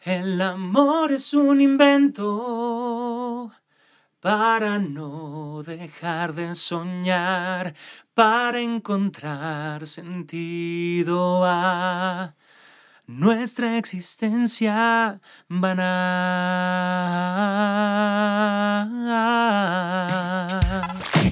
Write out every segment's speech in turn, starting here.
El amor es un invento para no dejar de soñar, para encontrar sentido a nuestra existencia banal.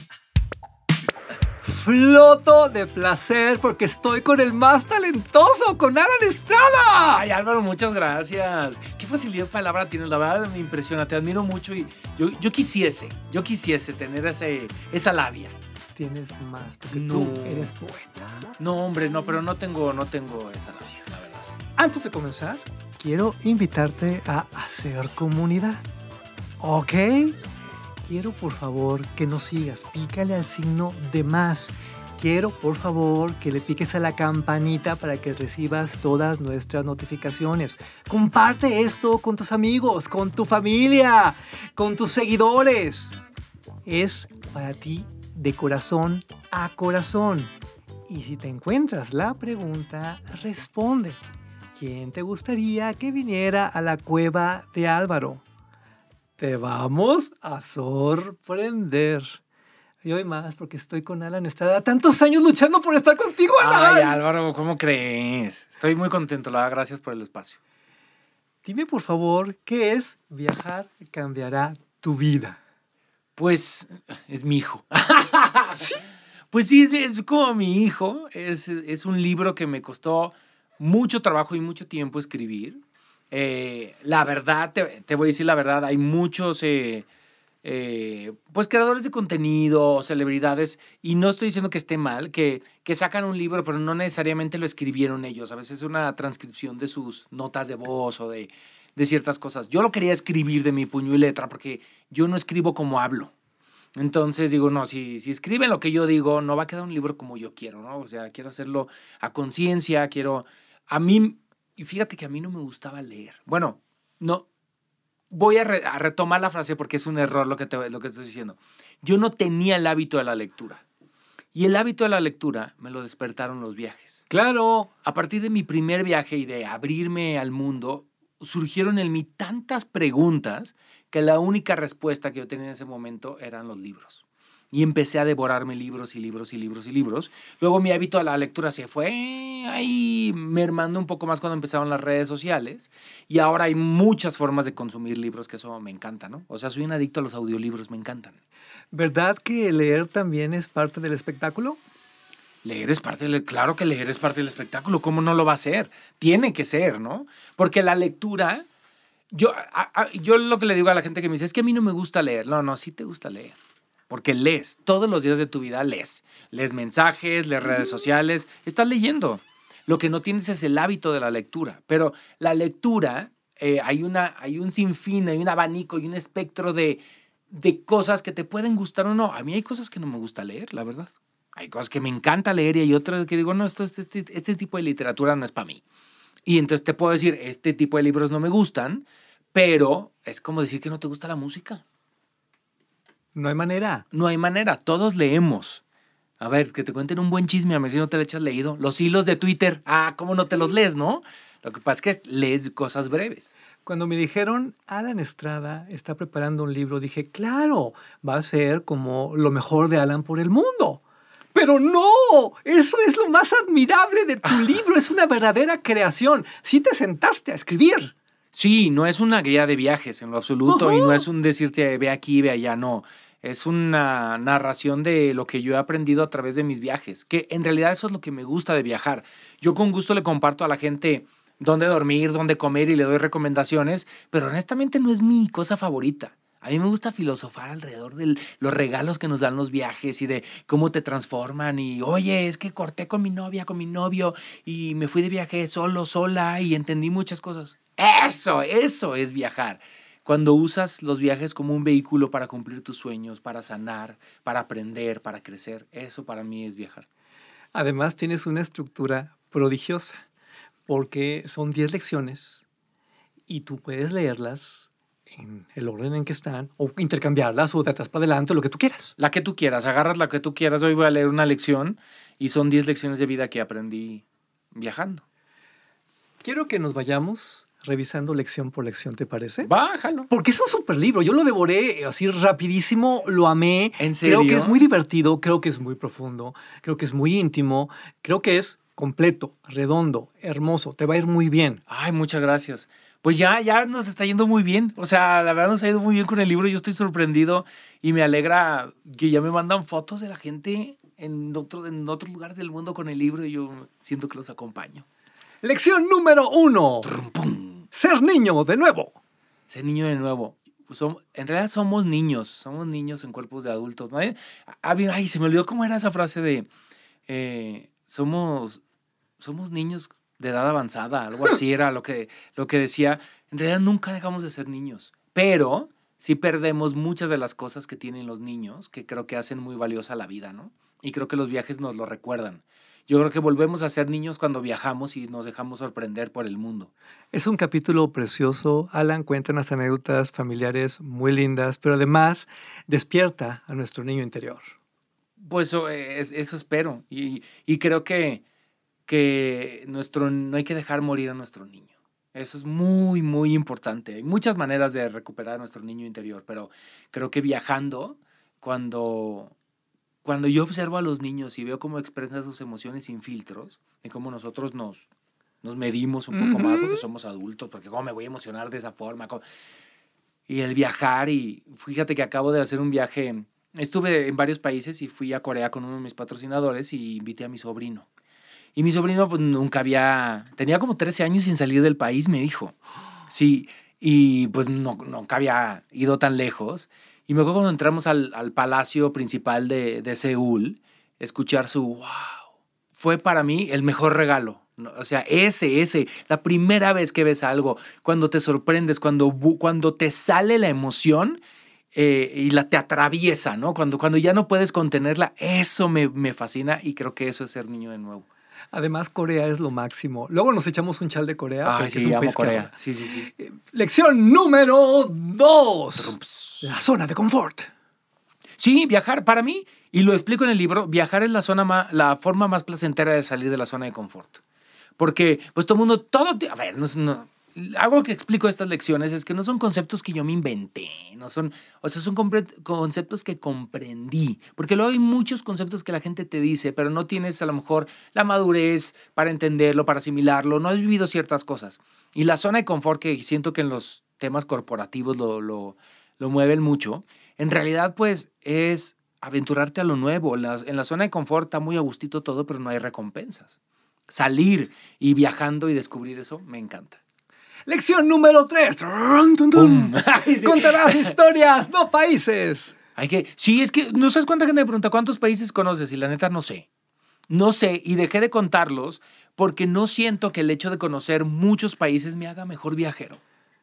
Floto de placer porque estoy con el más talentoso, con Alan Estrada. Ay, Álvaro, muchas gracias. Qué facilidad de palabra tienes, la verdad me impresiona, te admiro mucho y yo quisiese tener esa labia. Tienes más, porque No. tú eres poeta. No, hombre, no, pero no tengo esa labia, la verdad. Antes de comenzar, quiero invitarte a hacer comunidad. ¿Ok? Quiero, por favor, que nos sigas. Pícale al signo de más. Quiero, por favor, que le piques a la campanita para que recibas todas nuestras notificaciones. Comparte esto con tus amigos, con tu familia, con tus seguidores. Es para ti de corazón a corazón. Y si te encuentras la pregunta, responde. ¿Quién te gustaría que viniera a la cueva de Álvaro? Te vamos a sorprender. Y hoy más porque estoy con Alan Estrada. Tantos años luchando por estar contigo, Alan. Ay, Álvaro, ¿cómo crees? Estoy muy contento, la verdad, gracias por el espacio. Dime, por favor, ¿qué es Viajar cambiará tu vida? Pues es mi hijo. ¿Sí? Pues sí, es como mi hijo. Es un libro que me costó mucho trabajo y mucho tiempo escribir. La verdad, te voy a decir la verdad, hay muchos pues creadores de contenido, celebridades, y no estoy diciendo que esté mal, que sacan un libro, pero no necesariamente lo escribieron ellos. A veces es una transcripción de sus notas de voz o de ciertas cosas. Yo lo quería escribir de mi puño y letra porque yo no escribo como hablo. Entonces digo, no, si escriben lo que yo digo, no va a quedar un libro como yo quiero, ¿no? O sea, quiero hacerlo a conciencia, a mí, y fíjate que a mí no me gustaba leer. Bueno, no, voy a retomar la frase porque es un error lo que estoy diciendo. Yo no tenía el hábito de la lectura. Y el hábito de la lectura me lo despertaron los viajes. Claro. A partir de mi primer viaje y de abrirme al mundo, surgieron en mí tantas preguntas que la única respuesta que yo tenía en ese momento eran los libros. Y empecé a devorarme libros y libros y libros y libros. Luego mi hábito a la lectura se fue ahí mermando un poco más cuando empezaron las redes sociales. Y ahora hay muchas formas de consumir libros, que eso me encanta, ¿no? O sea, soy un adicto a los audiolibros, me encantan. ¿Verdad que leer también es parte del espectáculo? Claro que leer es parte del espectáculo. ¿Cómo no lo va a ser? Tiene que ser, ¿no? Porque la lectura, yo lo que le digo a la gente que me dice es que a mí no me gusta leer. No, sí te gusta leer. Porque lees, todos los días de tu vida lees. Lees mensajes, lees redes sociales, estás leyendo. Lo que no tienes es el hábito de la lectura. Pero la lectura, hay un sinfín, hay un abanico y un espectro de cosas que te pueden gustar o no. A mí hay cosas que no me gusta leer, la verdad. Hay cosas que me encanta leer y hay otras que digo, no, este tipo de literatura no es para mí. Y entonces te puedo decir, este tipo de libros no me gustan, pero es como decir que no te gusta la música. No hay manera. No hay manera, todos leemos. A ver, que te cuenten un buen chisme, a ver si no te lo echas leído. Los hilos de Twitter, ¿cómo no te los lees, no? Lo que pasa es que lees cosas breves. Cuando me dijeron, Alan Estrada está preparando un libro, dije, claro, va a ser como lo mejor de Alan por el mundo. Pero no, eso es lo más admirable de tu libro, es una verdadera creación. Sí te sentaste a escribir. Sí, no es una guía de viajes en lo absoluto y no es un decirte ve aquí, ve allá, no. Es una narración de lo que yo he aprendido a través de mis viajes, que en realidad eso es lo que me gusta de viajar. Yo con gusto le comparto a la gente dónde dormir, dónde comer y le doy recomendaciones, pero honestamente no es mi cosa favorita. A mí me gusta filosofar alrededor de los regalos que nos dan los viajes y de cómo te transforman y, oye, es que corté con mi novia, con mi novio y me fui de viaje solo, sola y entendí muchas cosas. Eso es viajar. Cuando usas los viajes como un vehículo para cumplir tus sueños, para sanar, para aprender, para crecer, eso para mí es viajar. Además tienes una estructura prodigiosa, porque son 10 lecciones y tú puedes leerlas en el orden en que están o intercambiarlas o de atrás para adelante, lo que tú quieras. La que tú quieras, agarras la que tú quieras. Hoy voy a leer una lección y son 10 lecciones de vida que aprendí viajando. Quiero que nos vayamos revisando lección por lección, ¿te parece? Bájalo. Porque es un súper libro. Yo lo devoré así rapidísimo, lo amé. ¿En serio? Creo que es muy divertido, creo que es muy profundo, creo que es muy íntimo, creo que es completo, redondo, hermoso. Te va a ir muy bien. Ay, muchas gracias. Pues ya nos está yendo muy bien. O sea, la verdad nos ha ido muy bien con el libro. Yo estoy sorprendido y me alegra que ya me mandan fotos de la gente en otros lugares del mundo con el libro y yo siento que los acompaño. Lección número 1. Trum, pum. Ser niño de nuevo. Ser niño de nuevo. Pues en realidad somos niños en cuerpos de adultos. ¿No? Ay, se me olvidó cómo era esa frase de somos niños de edad avanzada, algo así era lo que decía. En realidad nunca dejamos de ser niños, pero sí perdemos muchas de las cosas que tienen los niños, que creo que hacen muy valiosa la vida, ¿no? Y creo que los viajes nos lo recuerdan. Yo creo que volvemos a ser niños cuando viajamos y nos dejamos sorprender por el mundo. Es un capítulo precioso. Alan cuenta unas anécdotas familiares muy lindas, pero además despierta a nuestro niño interior. Pues eso espero. Y creo que no hay que dejar morir a nuestro niño. Eso es muy, muy importante. Hay muchas maneras de recuperar a nuestro niño interior, pero creo que viajando, cuando yo observo a los niños y veo cómo expresan sus emociones sin filtros, y cómo nosotros nos medimos un poco más porque somos adultos, porque cómo me voy a emocionar de esa forma. Y el viajar, y fíjate que acabo de hacer un viaje, estuve en varios países y fui a Corea con uno de mis patrocinadores y invité a mi sobrino. Y mi sobrino pues tenía como 13 años sin salir del país, me dijo. Sí, y pues nunca había ido tan lejos. Y me acuerdo cuando entramos al palacio principal de Seúl, escuchar su wow, fue para mí el mejor regalo. O sea, la primera vez que ves algo, cuando te sorprendes, cuando te sale la emoción y te atraviesa, ¿no? Cuando ya no puedes contenerla, eso me fascina y creo que eso es ser niño de nuevo. Además, Corea es lo máximo. Luego nos echamos un chal de Corea. Ay, sí, amo Corea. Sí. Lección número 2. La zona de confort. Sí, viajar para mí, y lo explico en el libro, viajar es la forma más placentera de salir de la zona de confort. Porque, pues, todo el mundo, a ver, algo que explico estas lecciones es que no son conceptos que yo me inventé, son conceptos que comprendí. Porque luego hay muchos conceptos que la gente te dice, pero no tienes a lo mejor la madurez para entenderlo, para asimilarlo, no has vivido ciertas cosas. Y la zona de confort, que siento que en los temas corporativos lo mueven mucho, en realidad, pues, es aventurarte a lo nuevo. En la zona de confort está muy a gustito todo, pero no hay recompensas. Salir y viajando y descubrir eso me encanta. Lección número 3. Sí. Contarás historias, no países. Sí, es que no sabes cuánta gente me pregunta cuántos países conoces y la neta no sé. No sé, y dejé de contarlos porque no siento que el hecho de conocer muchos países me haga mejor viajero.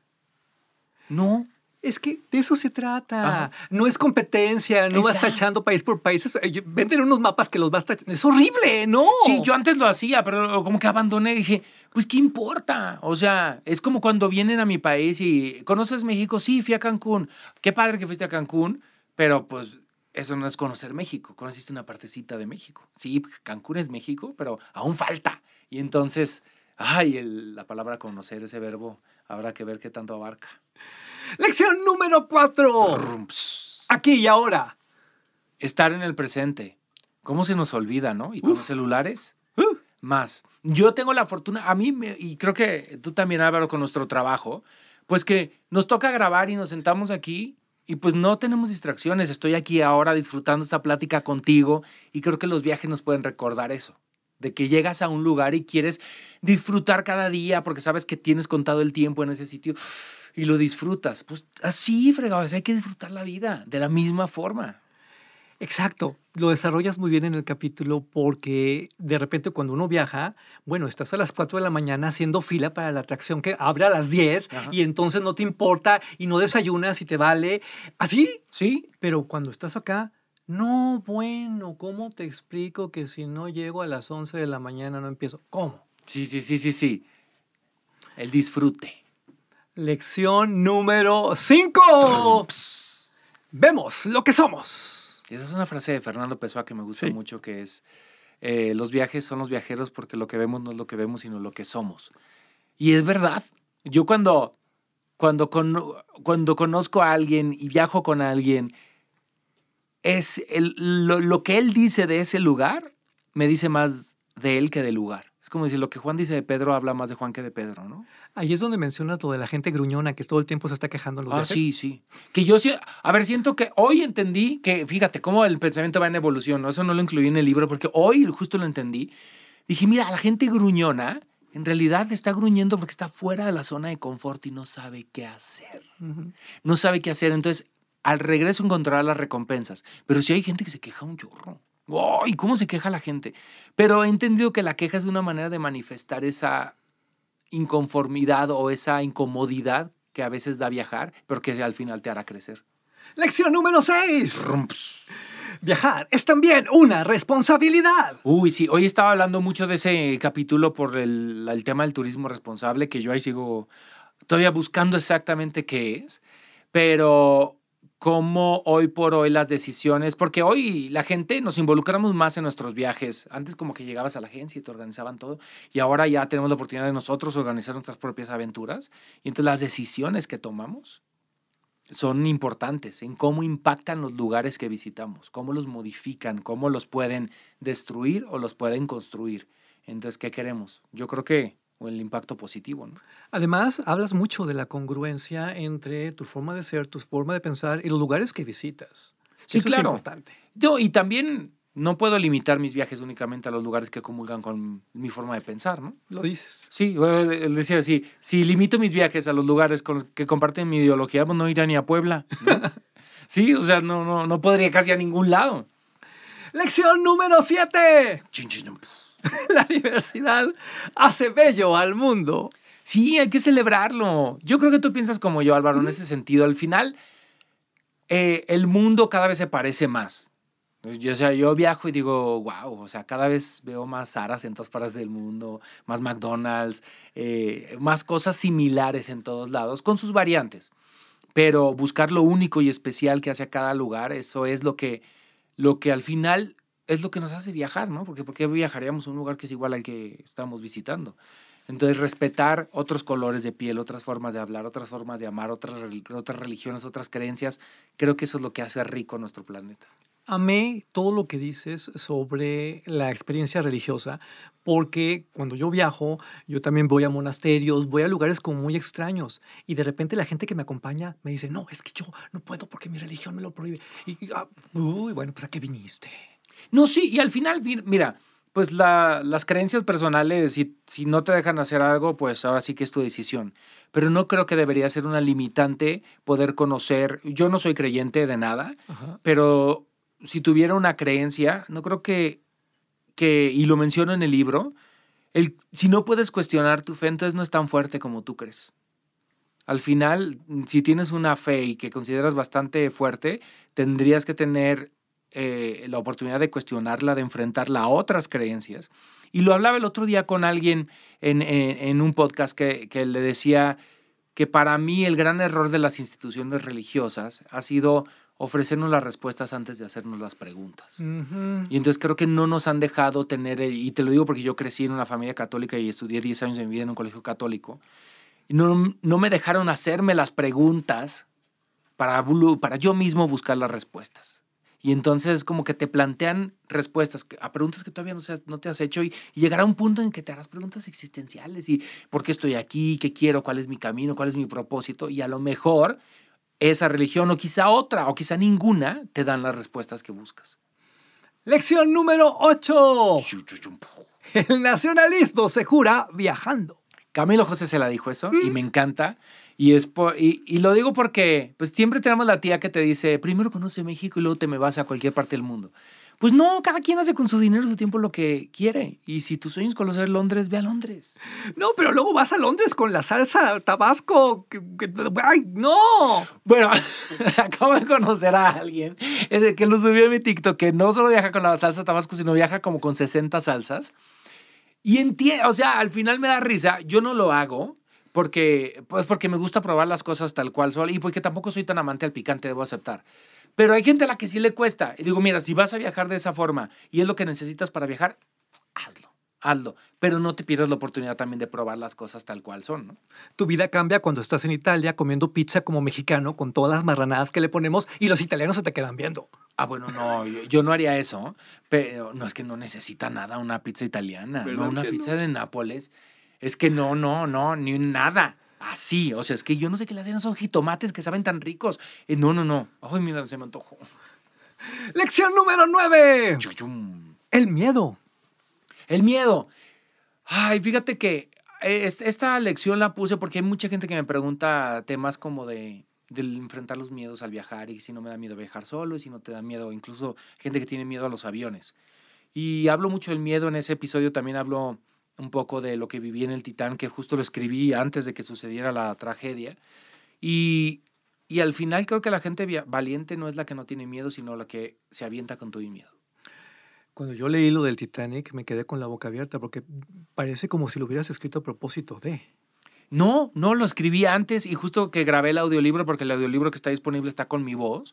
No. Es que de eso se trata. Ajá. No es competencia, no vas tachando país por país. Venden unos mapas que los vas tachando. Es horrible, ¿no? Sí, yo antes lo hacía, pero como que abandoné. Dije, pues, ¿qué importa? O sea, es como cuando vienen a mi país y ¿conoces México? Sí, fui a Cancún. Qué padre que fuiste a Cancún, pero pues eso no es conocer México. Conociste una partecita de México. Sí, Cancún es México, pero aún falta. Y entonces, la palabra conocer, ese verbo, habrá que ver qué tanto abarca. Lección número 4. Aquí y ahora. Estar en el presente. ¿Cómo se nos olvida, no? Y con los celulares, más. Yo tengo la fortuna, y creo que tú también, Álvaro, con nuestro trabajo, pues que nos toca grabar y nos sentamos aquí y pues no tenemos distracciones. Estoy aquí ahora disfrutando esta plática contigo y creo que los viajes nos pueden recordar eso. De que llegas a un lugar y quieres disfrutar cada día porque sabes que tienes contado el tiempo en ese sitio y lo disfrutas. Pues así, fregados, hay que disfrutar la vida de la misma forma. Exacto. Lo desarrollas muy bien en el capítulo porque de repente cuando uno viaja, bueno, estás a las 4 de la mañana haciendo fila para la atracción que abre a las 10. Ajá. Y entonces no te importa y no desayunas y te vale. ¿Así? Sí. Pero cuando estás acá, no, bueno, ¿cómo te explico que si no llego a las 11 de la mañana no empiezo? ¿Cómo? Sí. El disfrute. Lección número 5. Vemos lo que somos. Esa es una frase de Fernando Pessoa que me gusta mucho, que es, los viajes son los viajeros porque lo que vemos no es lo que vemos, sino lo que somos. Y es verdad. Yo cuando conozco a alguien y viajo con alguien, lo que él dice de ese lugar me dice más de él que del lugar. Es como decir, lo que Juan dice de Pedro habla más de Juan que de Pedro, ¿no? Ahí es donde mencionas lo de la gente gruñona que todo el tiempo se está quejando en los viajes. Sí, sí. Que yo sí, a ver, siento que hoy entendí que, fíjate, cómo el pensamiento va en evolución, ¿no? Eso no lo incluí en el libro porque hoy justo lo entendí. Dije, mira, la gente gruñona en realidad está gruñendo porque está fuera de la zona de confort y no sabe qué hacer. Ujú. No sabe qué hacer. Entonces, al regreso encontrará las recompensas. Pero sí hay gente que se queja un chorro. ¡Ay! ¿Cómo se queja la gente? Pero he entendido que la queja es una manera de manifestar esa inconformidad o esa incomodidad que a veces da viajar, pero que al final te hará crecer. Lección número 6. Rumps. Viajar es también una responsabilidad. Uy, sí. Hoy estaba hablando mucho de ese capítulo por el tema del turismo responsable, que yo ahí sigo todavía buscando exactamente qué es, pero cómo hoy por hoy las decisiones, porque hoy la gente nos involucramos más en nuestros viajes. Antes como que llegabas a la agencia y te organizaban todo, y ahora ya tenemos la oportunidad de nosotros organizar nuestras propias aventuras, y entonces las decisiones que tomamos son importantes en cómo impactan los lugares que visitamos, cómo los modifican, cómo los pueden destruir o los pueden construir. Entonces, ¿qué queremos? Yo creo que el impacto positivo, ¿no? Además, hablas mucho de la congruencia entre tu forma de ser, tu forma de pensar y los lugares que visitas. Sí, Eso claro. es importante. Y también no puedo limitar mis viajes únicamente a los lugares que comulgan con mi forma de pensar, ¿no? Lo dices. Sí, él decía así, si limito mis viajes a los lugares con los que comparten mi ideología, pues no iré ni a Puebla, ¿no? Sí, o sea, no podría casi a ningún lado. Lección número 7. Chin, chin, puf. La diversidad hace bello al mundo. Sí, hay que celebrarlo. Yo creo que tú piensas como yo, Álvaro, en ese sentido. Al final, el mundo cada vez se parece más. Yo viajo y digo, wow, o sea, cada vez veo más Zaras en todas partes del mundo, más McDonald's, más cosas similares en todos lados, con sus variantes. Pero buscar lo único y especial que hace a cada lugar, eso es lo que al final es lo que nos hace viajar, ¿no? Porque ¿por qué viajaríamos a un lugar que es igual al que estamos visitando? Entonces, respetar otros colores de piel, otras formas de hablar, otras formas de amar, otras religiones, otras creencias, creo que eso es lo que hace rico nuestro planeta. Amé todo lo que dices sobre la experiencia religiosa, porque cuando yo viajo, yo también voy a monasterios, voy a lugares como muy extraños, y de repente la gente que me acompaña me dice, no, es que yo no puedo porque mi religión me lo prohíbe. Bueno, pues ¿a qué viniste? No, sí, y al final, mira, pues las creencias personales, si no te dejan hacer algo, pues ahora sí que es tu decisión. Pero no creo que debería ser una limitante poder conocer. Yo no soy creyente de nada, Ajá. pero si tuviera una creencia, no creo que y lo menciono en el libro, si no puedes cuestionar tu fe, entonces no es tan fuerte como tú crees. Al final, si tienes una fe y que consideras bastante fuerte, tendrías que tener la oportunidad de cuestionarla, de enfrentarla a otras creencias. Y lo hablaba el otro día con alguien en un podcast que le decía que para mí el gran error de las instituciones religiosas ha sido ofrecernos las respuestas antes de hacernos las preguntas. Ujú. Y entonces creo que no nos han dejado tener, y te lo digo porque yo crecí en una familia católica y estudié 10 años de mi vida en un colegio católico, y no me dejaron hacerme las preguntas para yo mismo buscar las respuestas. Y entonces como que te plantean respuestas a preguntas que todavía no te has hecho y llegará un punto en que te harás preguntas existenciales y ¿por qué estoy aquí? ¿Qué quiero? ¿Cuál es mi camino? ¿Cuál es mi propósito? Y a lo mejor esa religión o quizá otra o quizá ninguna te dan las respuestas que buscas. Lección número 8. El nacionalismo se cura viajando. Camilo José se la dijo eso y me encanta. Y lo digo porque pues siempre tenemos la tía que te dice, primero conoce México y luego te me vas a cualquier parte del mundo. Pues no, cada quien hace con su dinero y su tiempo lo que quiere. Y si tu sueño es conocer Londres, ve a Londres. No, pero luego vas a Londres con la salsa tabasco. ¡Ay, no! Bueno, acabo de conocer a alguien que lo subió en mi TikTok, que no solo viaja con la salsa tabasco, sino viaja como con 60 salsas. Y o sea, al final me da risa. Yo no lo hago porque me gusta probar las cosas tal cual son y porque tampoco soy tan amante al picante, debo aceptar. Pero hay gente a la que sí le cuesta. Y digo, mira, si vas a viajar de esa forma y es lo que necesitas para viajar, hazlo. hazlo. Pero no te pierdas la oportunidad también de probar las cosas tal cual son, ¿no? Tu vida cambia cuando estás en Italia comiendo pizza como mexicano con todas las marranadas que le ponemos y los italianos se te quedan viendo. Ah, bueno, no, yo no haría eso, pero no es que no necesita nada una pizza italiana, ¿Verdad no una que pizza no? de Nápoles. Es que no, ni nada. Así, o sea, es que yo no sé qué le hacen a esos jitomates que saben tan ricos. No. Ay, mira, se me antojó. Lección número 9. Chuchum. El miedo. El miedo. Ay, fíjate que esta lección la puse porque hay mucha gente que me pregunta temas como del enfrentar los miedos al viajar y si no me da miedo viajar solo y si no te da miedo, incluso gente que tiene miedo a los aviones. Y hablo mucho del miedo en ese episodio, también hablo un poco de lo que viví en el Titán, que justo lo escribí antes de que sucediera la tragedia. Y, y al final creo que la gente valiente no es la que no tiene miedo, sino la que se avienta con todo y miedo. Cuando yo leí lo del Titanic me quedé con la boca abierta porque parece como si lo hubieras escrito a propósito de. No, lo escribí antes y justo que grabé el audiolibro, porque el audiolibro que está disponible está con mi voz,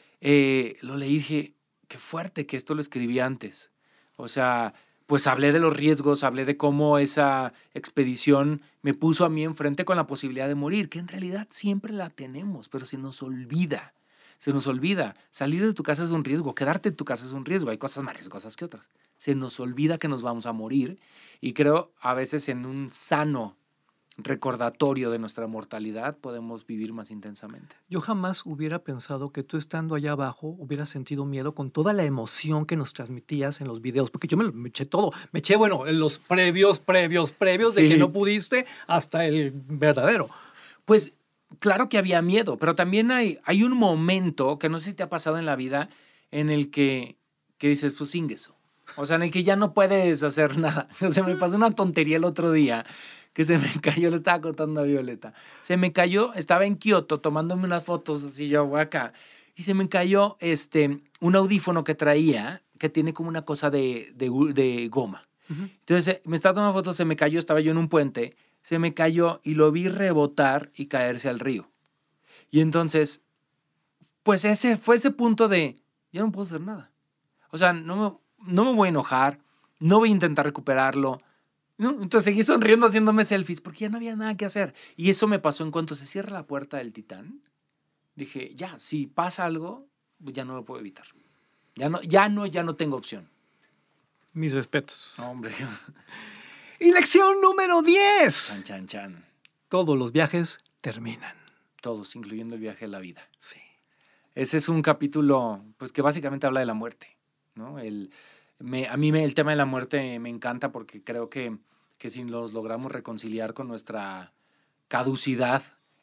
lo leí y dije, qué fuerte que esto lo escribí antes. O sea, pues hablé de los riesgos, hablé de cómo esa expedición me puso a mí enfrente con la posibilidad de morir, que en realidad siempre la tenemos, pero se nos olvida. Se nos olvida. Salir de tu casa es un riesgo, quedarte en tu casa es un riesgo. Hay cosas más riesgosas que otras. Se nos olvida que nos vamos a morir y creo a veces en un sano recordatorio de nuestra mortalidad podemos vivir más intensamente. Yo jamás hubiera pensado que tú estando allá abajo hubieras sentido miedo con toda la emoción que nos transmitías en los videos, porque yo me eché todo. Me eché, bueno, en los previos de Sí. que no pudiste hasta el verdadero. Pues claro que había miedo, pero también hay un momento que no sé si te ha pasado en la vida en el que dices, pues eso. O sea, en el que ya no puedes hacer nada. O sea, me pasó una tontería el otro día que se me cayó, le estaba contando a Violeta. Se me cayó, estaba en Kioto tomándome unas fotos así yo voy acá y se me cayó un audífono que traía que tiene como una cosa de goma. Entonces me estaba tomando fotos, se me cayó, estaba yo en un puente, se me cayó y lo vi rebotar y caerse al río. Y entonces, pues ese fue ese punto de, ya no puedo hacer nada. O sea, no me voy a enojar, no voy a intentar recuperarlo. ¿No? Entonces seguí sonriendo haciéndome selfies porque ya no había nada que hacer. Y eso me pasó en cuanto se cierra la puerta del Titán. Dije, ya, si pasa algo, pues ya no lo puedo evitar. Ya no tengo opción. Mis respetos. No, hombre. Y lección número 10. Chan. Todos los viajes terminan. Todos, incluyendo el viaje de la vida. Sí. Ese es un capítulo pues, que básicamente habla de la muerte, ¿no? A mí el tema de la muerte me encanta porque creo que si los logramos reconciliar con nuestra caducidad,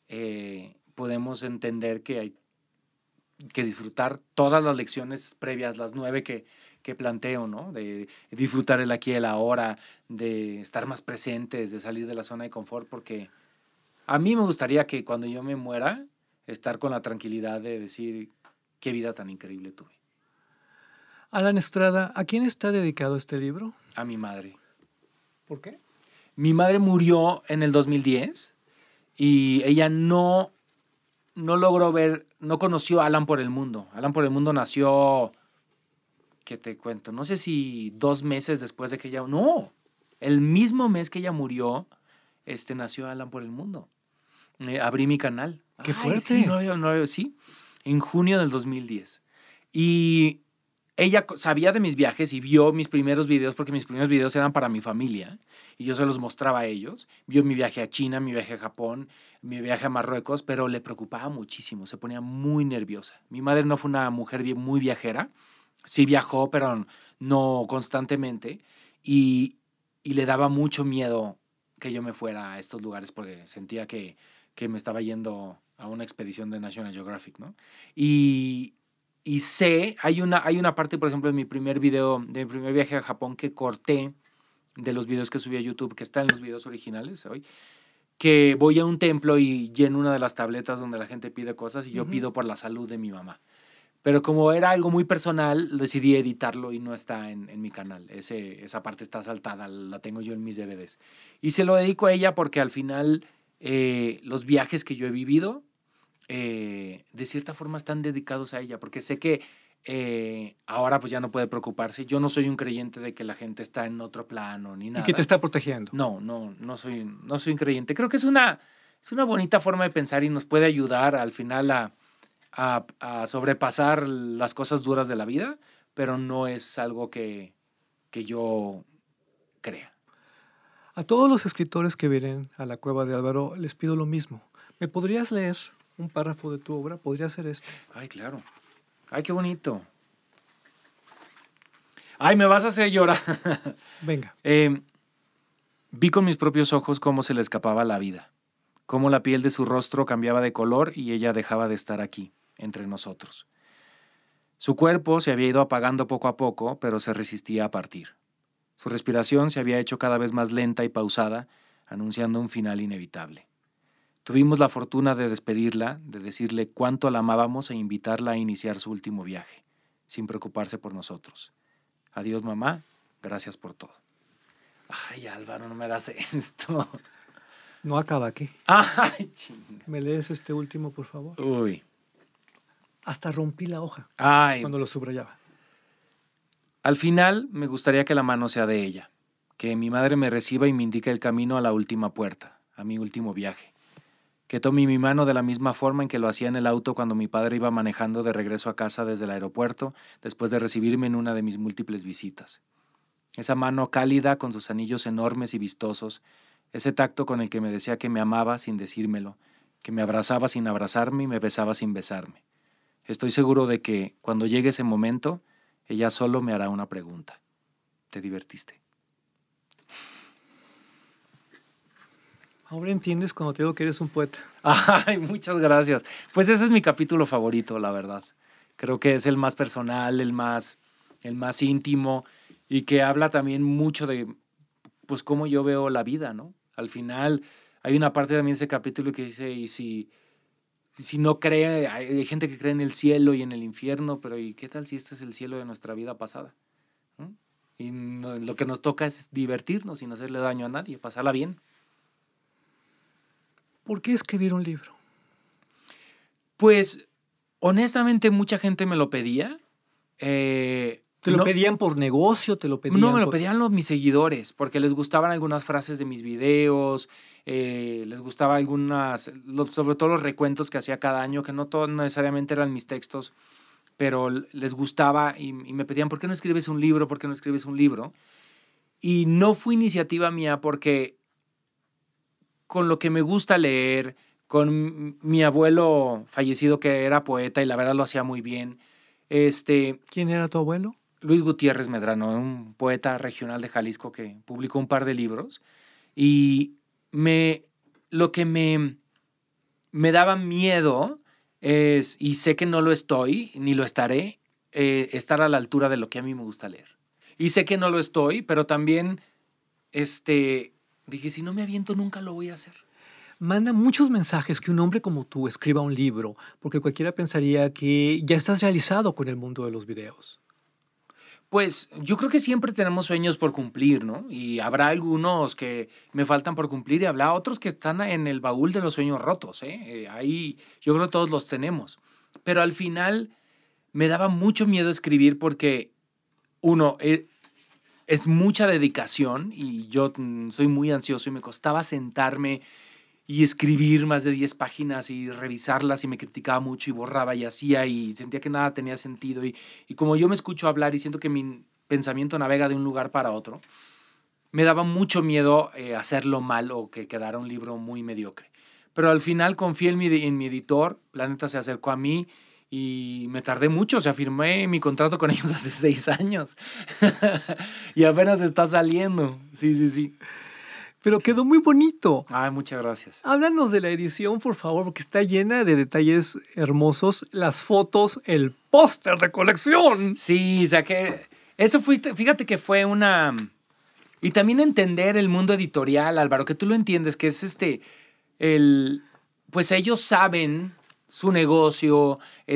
podemos entender que hay que disfrutar todas las lecciones previas, las 9 que planteo, ¿no? De disfrutar el aquí y el ahora, de estar más presentes, de salir de la zona de confort, porque a mí me gustaría que cuando yo me muera, estar con la tranquilidad de decir qué vida tan increíble tuve. Alan Estrada, ¿a quién está dedicado este libro? A mi madre. ¿Por qué? Mi madre murió en el 2010 y ella no logró ver, no conoció a Alan por el Mundo. Alan por el Mundo nació, ¿qué te cuento? No sé si 2 meses después de que ella... No, el mismo mes que ella murió, nació Alan por el Mundo. Abrí mi canal. ¡Qué fuerte! Sí, sí, en junio del 2010. Y ella sabía de mis viajes y vio mis primeros videos, porque mis primeros videos eran para mi familia, y yo se los mostraba a ellos. Vio mi viaje a China, mi viaje a Japón, mi viaje a Marruecos, pero le preocupaba muchísimo, se ponía muy nerviosa. Mi madre no fue una mujer muy viajera, sí viajó, pero no constantemente, y le daba mucho miedo que yo me fuera a estos lugares porque sentía que me estaba yendo a una expedición de National Geographic, ¿no? Y sé, hay una parte, por ejemplo, de mi primer video, de mi primer viaje a Japón que corté de los videos que subí a YouTube, que está en los videos originales hoy, que voy a un templo y lleno una de las tabletas donde la gente pide cosas y yo pido por la salud de mi mamá. Pero como era algo muy personal, decidí editarlo y no está en mi canal. Esa parte está saltada, la tengo yo en mis DVDs. Y se lo dedico a ella porque al final los viajes que yo he vivido, de cierta forma están dedicados a ella, porque sé que ahora pues ya no puede preocuparse. Yo no soy un creyente de que la gente está en otro plano ni Y nada. que te está protegiendo. No soy un creyente. Creo que es una bonita forma de pensar y nos puede ayudar al final a sobrepasar las cosas duras de la vida, pero no es algo que yo crea. A todos los escritores que vienen a la cueva de Álvaro les pido lo mismo. ¿Me podrías leer un párrafo de tu obra? ¿Podría ser esto? Ay, claro. Ay, qué bonito. Ay, me vas a hacer llorar. Venga. Vi con mis propios ojos cómo se le escapaba la vida, cómo la piel de su rostro cambiaba de color y ella dejaba de estar aquí, entre nosotros. Su cuerpo se había ido apagando poco a poco, pero se resistía a partir. Su respiración se había hecho cada vez más lenta y pausada, anunciando un final inevitable. Tuvimos la fortuna de despedirla, de decirle cuánto la amábamos e invitarla a iniciar su último viaje, sin preocuparse por nosotros. Adiós, mamá. Gracias por todo. Ay, Álvaro, no me hagas esto. No acaba aquí. Ay, chinga. ¿Me lees este último, por favor? Uy. Hasta rompí la hoja Ay. cuando lo subrayaba. Al final, me gustaría que la mano sea de ella, que mi madre me reciba y me indique el camino a la última puerta, a mi último viaje. Que tome mi mano de la misma forma en que lo hacía en el auto cuando mi padre iba manejando de regreso a casa desde el aeropuerto, después de recibirme en una de mis múltiples visitas. Esa mano cálida con sus anillos enormes y vistosos, ese tacto con el que me decía que me amaba sin decírmelo, que me abrazaba sin abrazarme y me besaba sin besarme. Estoy seguro de que, cuando llegue ese momento, ella solo me hará una pregunta. ¿Te divertiste? Ahora entiendes cuando te digo que eres un poeta. Ay, muchas gracias. Pues ese es mi capítulo favorito, la verdad. Creo que es el más personal, el más íntimo y que habla también mucho de pues cómo yo veo la vida, ¿no? Al final hay una parte también de ese capítulo que dice, y si no cree, hay gente que cree en el cielo y en el infierno, pero ¿y qué tal si este es el cielo de nuestra vida pasada? ¿no? Y lo que nos toca es divertirnos sin hacerle daño a nadie, pasarla bien. ¿Por qué escribir un libro? Pues, honestamente, mucha gente me lo pedía. ¿Te lo pedían por negocio? ¿Te lo pedían No, me lo pedían mis seguidores, porque les gustaban algunas frases de mis videos, les gustaba sobre todo los recuentos que hacía cada año, que no todos necesariamente eran mis textos, pero les gustaba y me pedían, ¿por qué no escribes un libro? ¿Por qué no escribes un libro? Y no fue iniciativa mía porque con lo que me gusta leer, con mi abuelo fallecido que era poeta y la verdad lo hacía muy bien. ¿Quién era tu abuelo? Luis Gutiérrez Medrano, un poeta regional de Jalisco que publicó un par de libros. Y lo que me daba miedo es, y sé que no lo estoy, ni lo estaré, estar a la altura de lo que a mí me gusta leer. Y sé que no lo estoy, pero también dije, si no me aviento, nunca lo voy a hacer. Manda muchos mensajes que un hombre como tú escriba un libro, porque cualquiera pensaría que ya estás realizado con el mundo de los videos. Pues yo creo que siempre tenemos sueños por cumplir, ¿no? Y habrá algunos que me faltan por cumplir y habrá otros que están en el baúl de los sueños rotos, ¿eh? Ahí yo creo que todos los tenemos. Pero al final me daba mucho miedo escribir porque, uno, es mucha dedicación y yo soy muy ansioso y me costaba sentarme y escribir más de 10 páginas y revisarlas y me criticaba mucho y borraba y hacía y sentía que nada tenía sentido. Y como yo me escucho hablar y siento que mi pensamiento navega de un lugar para otro, me daba mucho miedo hacerlo mal o que quedara un libro muy mediocre. Pero al final confié en mi editor, Planeta se acercó a mí y me tardé mucho, o sea, firmé mi contrato con ellos hace 6 años y apenas está saliendo. Sí. Pero quedó muy bonito. Ay, muchas gracias. Háblanos de la edición, por favor, porque está llena de detalles hermosos. Las fotos, el póster de colección. Sí, saqué. Eso fíjate que fue una. Y también entender el mundo editorial, Álvaro, que tú lo entiendes, que es pues ellos saben su negocio,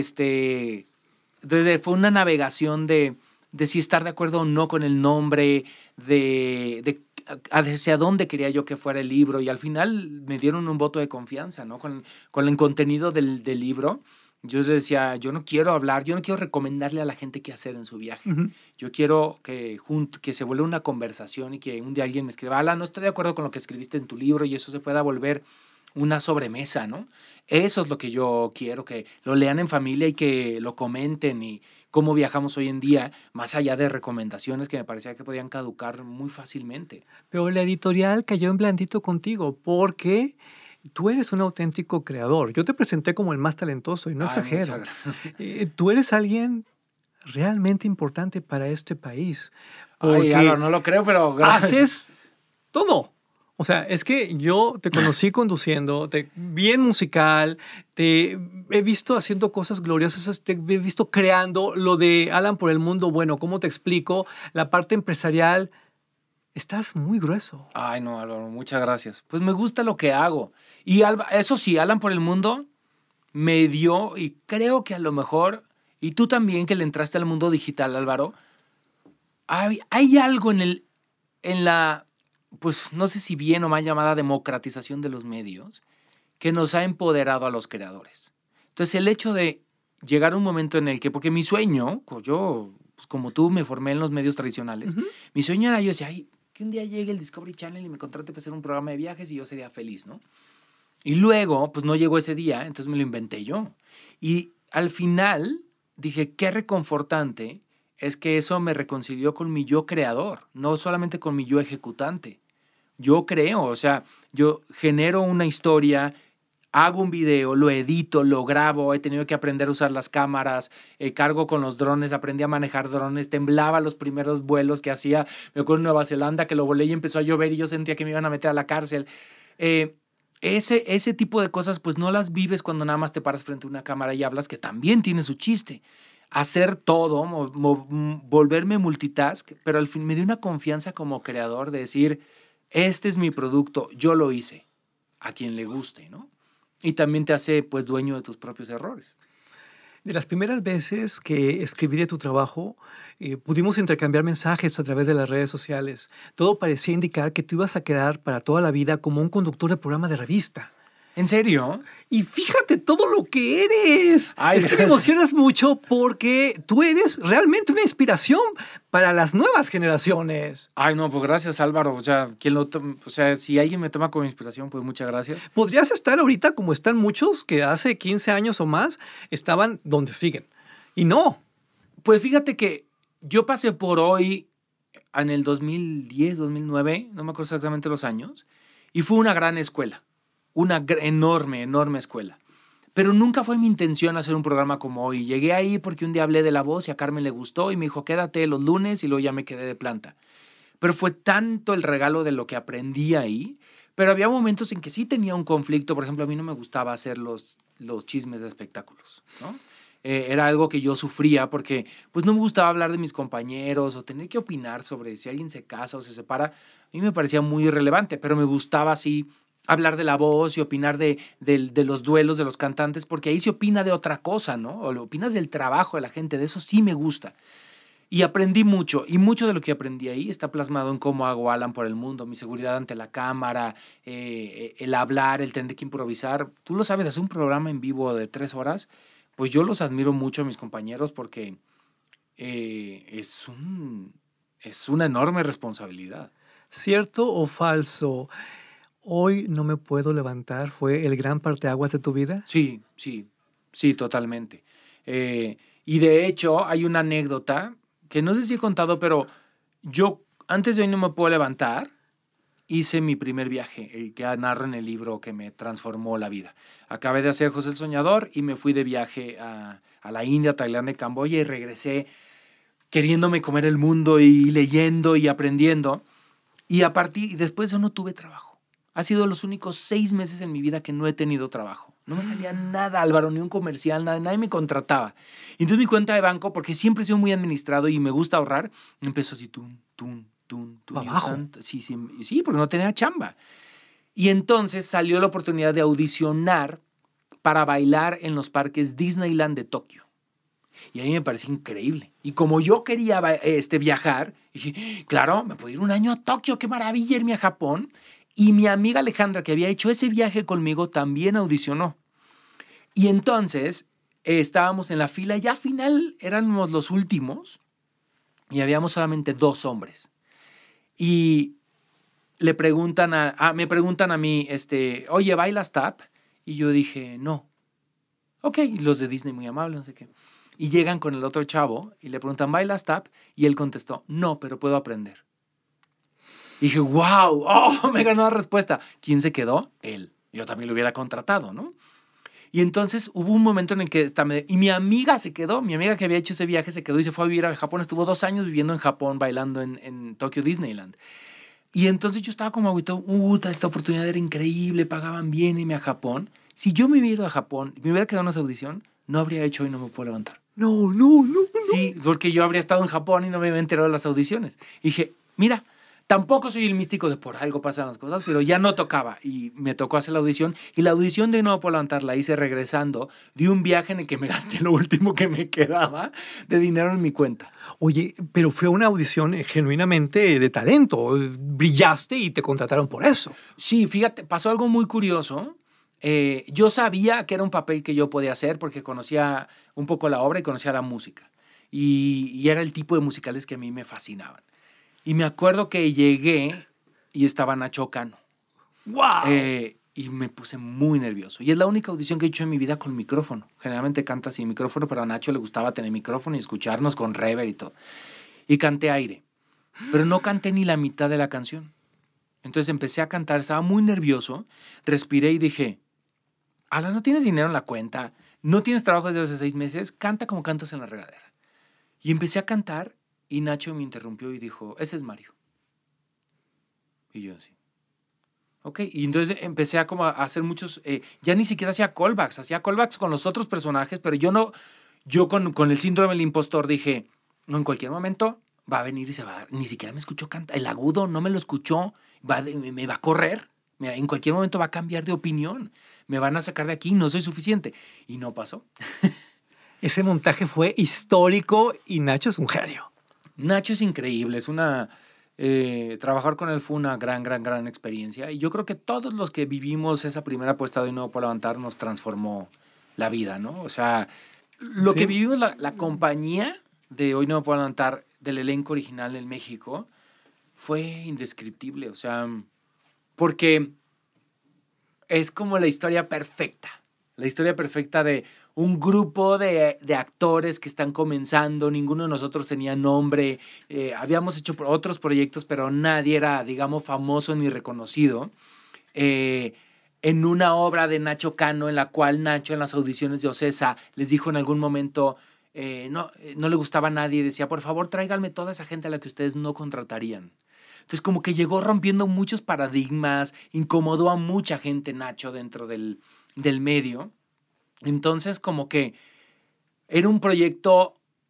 fue una navegación de si estar de acuerdo o no con el nombre, de hacia dónde quería yo que fuera el libro y al final me dieron un voto de confianza, ¿no? Con el contenido del libro yo les decía, yo no quiero hablar, yo no quiero recomendarle a la gente qué hacer en su viaje. Ujú. Yo quiero que se vuelva una conversación y que un día alguien me escriba, Alan, no estoy de acuerdo con lo que escribiste en tu libro y eso se pueda volver una sobremesa, ¿no? Eso es lo que yo quiero, que lo lean en familia y que lo comenten y cómo viajamos hoy en día, más allá de recomendaciones que me parecía que podían caducar muy fácilmente. Pero la editorial cayó en blandito contigo porque tú eres un auténtico creador. Yo te presenté como el más talentoso y no Ay, exagero. muchas gracias. Tú eres alguien realmente importante para este país Ay, porque Álvaro, no lo creo, pero gracias. haces todo. O sea, es que yo te conocí conduciendo, bien musical, te he visto haciendo cosas gloriosas, te he visto creando lo de Alan por el mundo. Bueno, ¿cómo te explico? La parte empresarial, estás muy grueso. Ay, no, Álvaro, muchas gracias. Pues me gusta lo que hago. Y eso sí, Alan por el mundo me dio, y creo que a lo mejor, y tú también que le entraste al mundo digital, Álvaro, hay algo en la, pues no sé si bien o mal llamada democratización de los medios, que nos ha empoderado a los creadores. Entonces, el hecho de llegar a un momento en el que, porque mi sueño, yo, pues como tú, me formé en los medios tradicionales, mi sueño era, yo decía, ay, que un día llegue el Discovery Channel y me contrate para hacer un programa de viajes y yo sería feliz, ¿no? Y luego, pues no llegó ese día, entonces me lo inventé yo. Y al final dije, qué reconfortante es que eso me reconcilió con mi yo creador, no solamente con mi yo ejecutante. Yo creo, o sea, yo genero una historia, hago un video, lo edito, lo grabo, he tenido que aprender a usar las cámaras, cargo con los drones, aprendí a manejar drones, temblaba los primeros vuelos que hacía, me acuerdo en Nueva Zelanda que lo volé y empezó a llover y yo sentía que me iban a meter a la cárcel. Ese tipo de cosas pues no las vives cuando nada más te paras frente a una cámara y hablas, que también tiene su chiste. Hacer todo, volverme multitask, pero al fin me dio una confianza como creador de decir, este es mi producto, yo lo hice, a quien le guste, ¿no? Y también te hace pues dueño de tus propios errores. De las primeras veces que escribí de tu trabajo, pudimos intercambiar mensajes a través de las redes sociales. Todo parecía indicar que tú ibas a quedar para toda la vida como un conductor de programa de revista. ¿En serio? Y fíjate todo lo que eres. Ay, es que me emocionas mucho porque tú eres realmente una inspiración para las nuevas generaciones. Ay, no, pues gracias, Álvaro. O sea, si alguien me toma como inspiración, pues muchas gracias. Podrías estar ahorita como están muchos que hace 15 años o más estaban donde siguen. Y no. Pues fíjate que yo pasé por hoy en el 2010, 2009, no me acuerdo exactamente los años, y fue una gran escuela. Una enorme, enorme escuela. Pero nunca fue mi intención hacer un programa como hoy. Llegué ahí porque un día hablé de La Voz y a Carmen le gustó y me dijo, quédate los lunes, y luego ya me quedé de planta. Pero fue tanto el regalo de lo que aprendí ahí. Pero había momentos en que sí tenía un conflicto. Por ejemplo, a mí no me gustaba hacer los chismes de espectáculos, ¿no? Era algo que yo sufría porque pues no me gustaba hablar de mis compañeros o tener que opinar sobre si alguien se casa o se separa. A mí me parecía muy irrelevante, pero me gustaba así hablar de La Voz y opinar de los duelos de los cantantes, porque ahí se opina de otra cosa, ¿no? O opinas del trabajo de la gente, de eso sí me gusta. Y aprendí mucho, y mucho de lo que aprendí ahí está plasmado en cómo hago Alan por el mundo, mi seguridad ante la cámara, el hablar, el tener que improvisar. Tú lo sabes, hacer un programa en vivo de 3 horas, pues yo los admiro mucho a mis compañeros porque es una enorme responsabilidad. ¿Cierto o falso? Hoy no me puedo levantar, ¿fue el gran parteaguas de tu vida? Sí, totalmente. Y de hecho hay una anécdota que no sé si he contado, pero yo antes de hoy no me puedo levantar, hice mi primer viaje, el que narro en el libro que me transformó la vida. Acabé de hacer José el Soñador y me fui de viaje a la India, Tailandia y Camboya y regresé queriéndome comer el mundo y leyendo y aprendiendo. Y después de eso no tuve trabajo. Ha sido los únicos 6 meses en mi vida que no he tenido trabajo. No me salía nada, Álvaro, ni un comercial, nada, nadie me contrataba. Y entonces mi cuenta de banco, porque siempre he sido muy administrado y me gusta ahorrar, empezó así, tum. Abajo. Sí, porque no tenía chamba. Y entonces salió la oportunidad de audicionar para bailar en los parques Disneyland de Tokio. Y a mí me pareció increíble. Y como yo quería viajar, dije, claro, me puedo ir un año a Tokio, qué maravilla irme a Japón. Y mi amiga Alejandra, que había hecho ese viaje conmigo, también audicionó. Y entonces estábamos en la fila, ya al final éramos los últimos y habíamos solamente 2 hombres. Y me preguntan a mí, oye, ¿bailas tap? Y yo dije, no. Ok, y los de Disney muy amables, no sé qué. Y llegan con el otro chavo y le preguntan, ¿bailas tap? Y él contestó, no, pero puedo aprender. Y dije, wow, me ganó la respuesta. ¿Quién se quedó? Él. Yo también lo hubiera contratado, ¿no? Y entonces hubo un momento en el que y mi amiga se quedó, mi amiga que había hecho ese viaje se quedó y se fue a vivir a Japón. Estuvo 2 años viviendo en Japón, bailando en Tokyo Disneyland. Y entonces yo estaba como agüitado, esta oportunidad era increíble, pagaban bien irme a Japón. Si yo me hubiera ido a Japón, me hubiera quedado en esa audición, no habría hecho hoy No Me Puedo Levantar. No. Sí, porque yo habría estado en Japón y no me había enterado de las audiciones. Y dije, mira, tampoco soy el místico de por algo pasan las cosas, pero ya no tocaba. Y me tocó hacer la audición. Y la audición de No Me Puedo Levantar la hice regresando de un viaje en el que me gasté lo último que me quedaba de dinero en mi cuenta. Oye, pero fue una audición genuinamente de talento. Brillaste y te contrataron por eso. Sí, fíjate, pasó algo muy curioso. Yo sabía que era un papel que yo podía hacer porque conocía un poco la obra y conocía la música. Y era el tipo de musicales que a mí me fascinaban. Y me acuerdo que llegué y estaba Nacho Cano. ¡Wow! Y me puse muy nervioso. Y es la única audición que he hecho en mi vida con micrófono. Generalmente canta sin micrófono, pero a Nacho le gustaba tener micrófono y escucharnos con reverb y todo. Y canté aire. Pero no canté ni la mitad de la canción. Entonces empecé a cantar, estaba muy nervioso. Respiré y dije, Ala, no tienes dinero en la cuenta, no tienes trabajo desde hace 6 meses, canta como cantas en la regadera. Y empecé a cantar y Nacho me interrumpió y dijo, ese es Mario. Y yo así. Ok, y entonces empecé a hacer muchos, ya ni siquiera hacía callbacks con los otros personajes, pero yo con el síndrome del impostor dije, no, en cualquier momento va a venir y se va a dar, ni siquiera me escuchó cantar, el agudo no me lo escuchó, me va a correr, en cualquier momento va a cambiar de opinión, me van a sacar de aquí, no soy suficiente. Y no pasó. Ese montaje fue histórico y Nacho es un genio. Nacho es increíble, trabajar con él fue una gran experiencia. Y yo creo que todos los que vivimos esa primera puesta de No Puedo Levantar nos transformó la vida, ¿no? O sea, lo que vivimos, la compañía de Hoy No Me Puedo Levantar del elenco original en México fue indescriptible. O sea, porque es como la historia perfecta. La historia perfecta de un grupo de actores que están comenzando. Ninguno de nosotros tenía nombre. Habíamos hecho otros proyectos, pero nadie era, digamos, famoso ni reconocido. En una obra de Nacho Cano, en la cual Nacho, en las audiciones de Ocesa, les dijo en algún momento, no le gustaba a nadie. Decía, por favor, tráiganme toda esa gente a la que ustedes no contratarían. Entonces, como que llegó rompiendo muchos paradigmas, incomodó a mucha gente Nacho dentro del medio. Entonces, como que era un proyecto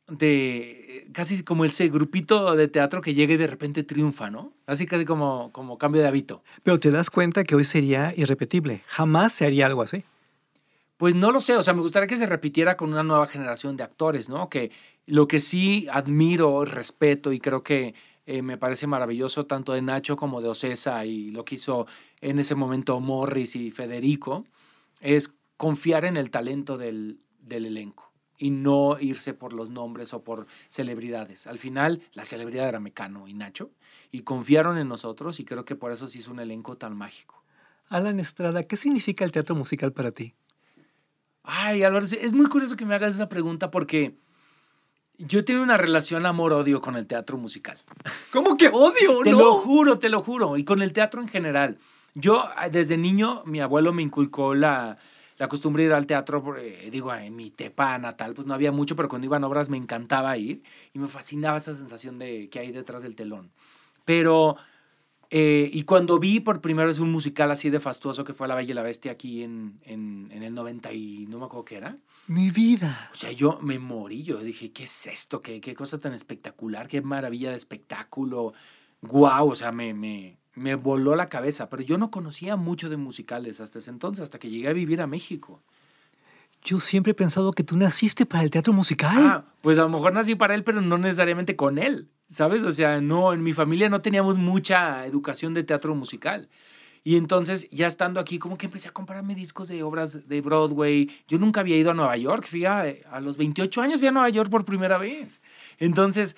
de casi como ese grupito de teatro que llega y de repente triunfa, ¿no? Así casi como cambio de hábito. Pero te das cuenta que hoy sería irrepetible. Jamás se haría algo así. Pues no lo sé, o sea, me gustaría que se repitiera con una nueva generación de actores, ¿no? Que lo que sí admiro, respeto y creo que me parece maravilloso tanto de Nacho como de Ocesa y lo que hizo en ese momento Morris y Federico, es confiar en el talento del elenco y no irse por los nombres o por celebridades. Al final, la celebridad era Mecano y Nacho y confiaron en nosotros y creo que por eso se hizo un elenco tan mágico. Alan Estrada, ¿qué significa el teatro musical para ti? Ay, Álvaro, es muy curioso que me hagas esa pregunta porque yo tengo una relación amor-odio con el teatro musical. ¿Cómo que odio? Te lo juro. Y con el teatro en general. Yo, desde niño, mi abuelo me inculcó la costumbre de ir al teatro. En mi tepa natal, pues no había mucho, pero cuando iban obras me encantaba ir. Y me fascinaba esa sensación de que hay detrás del telón. Pero, y cuando vi por primera vez un musical así de fastuoso que fue La Bella y la Bestia aquí en el 90 y no me acuerdo qué era. Mi vida. O sea, yo me morí, yo dije, ¿qué es esto? ¿Qué cosa tan espectacular? ¿Qué maravilla de espectáculo? ¡Guau! O sea, me voló la cabeza. Pero yo no conocía mucho de musicales hasta ese entonces, hasta que llegué a vivir a México. Yo siempre he pensado que tú naciste para el teatro musical. Pues a lo mejor nací para él, pero no necesariamente con él, ¿sabes? O sea, no, en mi familia no teníamos mucha educación de teatro musical. Y entonces, ya estando aquí, como que empecé a comprarme discos de obras de Broadway. Yo nunca había ido a Nueva York. A los 28 años fui a Nueva York por primera vez. Entonces,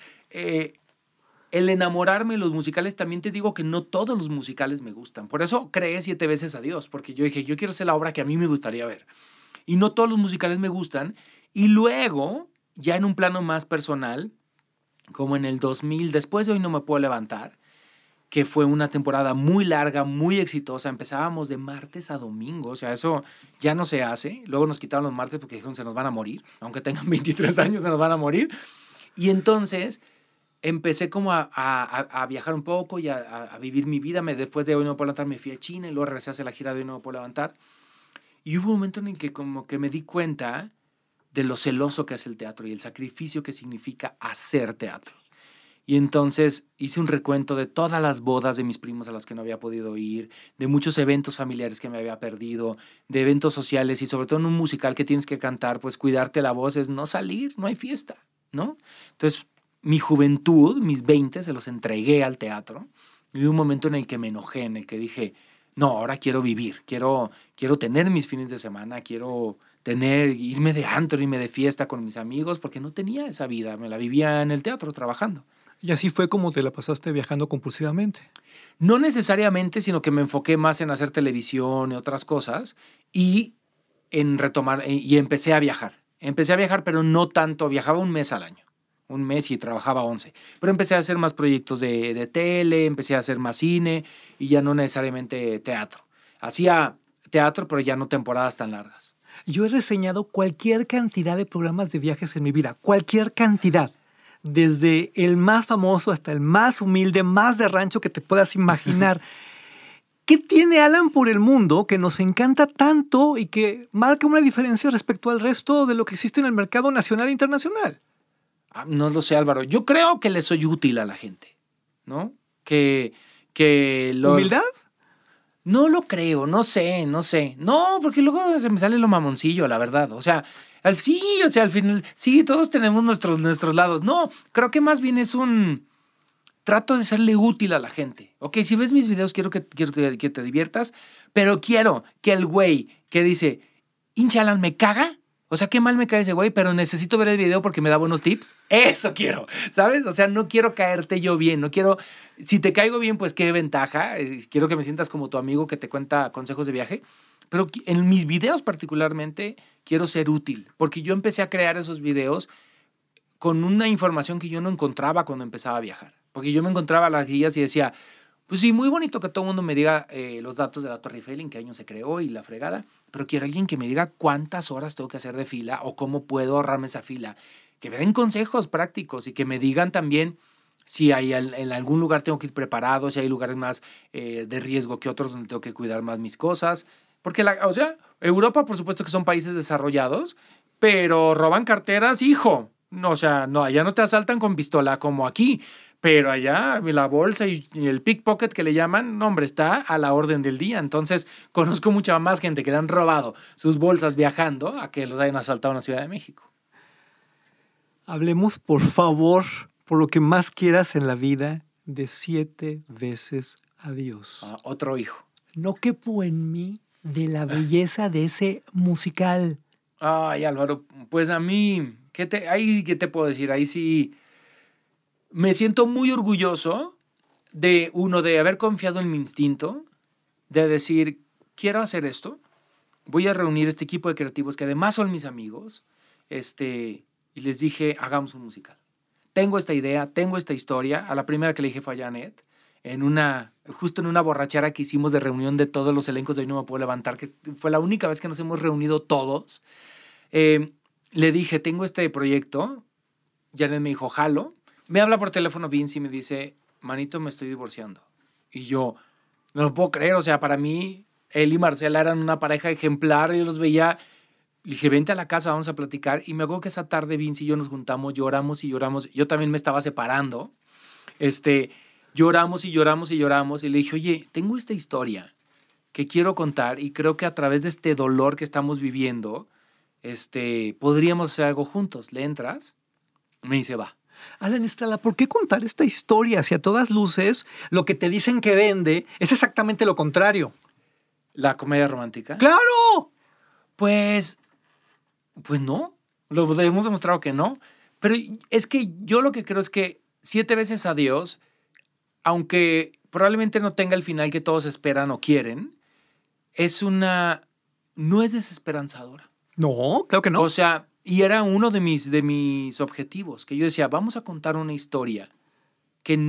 el enamorarme de los musicales, también te digo que no todos los musicales me gustan. Por eso creé 7 veces a Dios, porque yo dije, yo quiero hacer la obra que a mí me gustaría ver. Y no todos los musicales me gustan. Y luego, ya en un plano más personal, como en el 2000, después de Hoy No Me Puedo Levantar, que fue una temporada muy larga, muy exitosa. Empezábamos de martes a domingo, o sea, eso ya no se hace. Luego nos quitaron los martes porque dijeron se nos van a morir, aunque tengan 23 años se nos van a morir. Y entonces empecé como a viajar un poco y a vivir mi vida. Después de Hoy No Me Puedo Levantar me fui a China y luego regresé a hacer la gira de Hoy No Me Puedo Levantar. Y hubo un momento en el que como que me di cuenta de lo celoso que es el teatro y el sacrificio que significa hacer teatro. Y entonces hice un recuento de todas las bodas de mis primos a las que no había podido ir, de muchos eventos familiares que me había perdido, de eventos sociales y sobre todo en un musical que tienes que cantar, pues cuidarte la voz es no salir, no hay fiesta, ¿no? Entonces mi juventud, mis 20, se los entregué al teatro y hubo un momento en el que me enojé, en el que dije, no, ahora quiero vivir, quiero tener mis fines de semana, quiero irme de antro, irme de fiesta con mis amigos, porque no tenía esa vida, me la vivía en el teatro trabajando. Y así fue como te la pasaste viajando compulsivamente. No necesariamente, sino que me enfoqué más en hacer televisión y otras cosas y en retomar, y empecé a viajar. Empecé a viajar, pero no tanto, viajaba un mes al año. Un mes y trabajaba 11. Pero empecé a hacer más proyectos de tele, empecé a hacer más cine y ya no necesariamente teatro. Hacía teatro, pero ya no temporadas tan largas. Yo he reseñado cualquier cantidad de programas de viajes en mi vida, cualquier cantidad. Desde el más famoso hasta el más humilde, más de rancho que te puedas imaginar. ¿Qué tiene Alan por el mundo que nos encanta tanto y que marca una diferencia respecto al resto de lo que existe en el mercado nacional e internacional? No lo sé, Álvaro. Yo creo que le soy útil a la gente, ¿no? ¿Humildad? No lo creo, no sé. No, porque luego se me sale lo mamoncillo, la verdad. O sea, al final, sí, todos tenemos nuestros lados. No, creo que más bien es trato de serle útil a la gente. Ok, si ves mis videos, quiero que te diviertas, pero quiero que el güey que dice, hincha Alan, me caga. O sea, qué mal me cae ese güey, pero necesito ver el video porque me da buenos tips. Eso quiero, ¿sabes? O sea, no quiero caerte yo bien, no quiero... Si te caigo bien, pues qué ventaja. Quiero que me sientas como tu amigo que te cuenta consejos de viaje. Pero en mis videos particularmente quiero ser útil, porque yo empecé a crear esos videos con una información que yo no encontraba cuando empezaba a viajar. Porque yo me encontraba las guías y decía, pues sí, muy bonito que todo el mundo me diga los datos de la Torre Eiffel, en qué año se creó y la fregada, pero quiero alguien que me diga cuántas horas tengo que hacer de fila o cómo puedo ahorrarme esa fila. Que me den consejos prácticos y que me digan también si en algún lugar tengo que ir preparado, si hay lugares más de riesgo que otros donde tengo que cuidar más mis cosas. Porque, Europa, por supuesto que son países desarrollados, pero roban carteras, hijo. No, o sea, no, allá no te asaltan con pistola como aquí. Pero allá la bolsa y el pickpocket que le llaman, no, hombre, está a la orden del día. Entonces, conozco mucha más gente que le han robado sus bolsas viajando a que los hayan asaltado en la Ciudad de México. Hablemos, por favor, por lo que más quieras en la vida, de 7 veces a Dios. Otro hijo. No quepo en mí de la belleza de ese musical. Ay, Álvaro, pues a mí, ¿qué te puedo decir? Ahí sí... Me siento muy orgulloso de haber confiado en mi instinto, de decir, quiero hacer esto, voy a reunir este equipo de creativos que además son mis amigos, y les dije, hagamos un musical. Tengo esta idea, tengo esta historia. A la primera que le dije fue a Janet, justo en una borrachera que hicimos de reunión de todos los elencos de Hoy No Me Puedo Levantar, que fue la única vez que nos hemos reunido todos. Le dije, tengo este proyecto. Janet me dijo, jalo. Me habla por teléfono Vince y me dice, manito, me estoy divorciando. Y yo, no lo puedo creer, o sea, para mí, él y Marcela eran una pareja ejemplar, yo los veía, le dije, vente a la casa, vamos a platicar. Y me acuerdo que esa tarde Vince y yo nos juntamos, lloramos y lloramos. Yo también me estaba separando. Lloramos y lloramos y lloramos. Y le dije, oye, tengo esta historia que quiero contar y creo que a través de este dolor que estamos viviendo, podríamos hacer algo juntos. ¿Le entras? Me dice, va. Alan Estrada, ¿por qué contar esta historia? Si a todas luces lo que te dicen que vende es exactamente lo contrario. ¿La comedia romántica? ¡Claro! Pues no. Lo hemos demostrado que no. Pero es que yo lo que creo es que 7 veces a Dios, aunque probablemente no tenga el final que todos esperan o quieren, no es desesperanzadora. No, claro que no. O sea, y era uno de mis objetivos, que yo decía, vamos a contar una historia que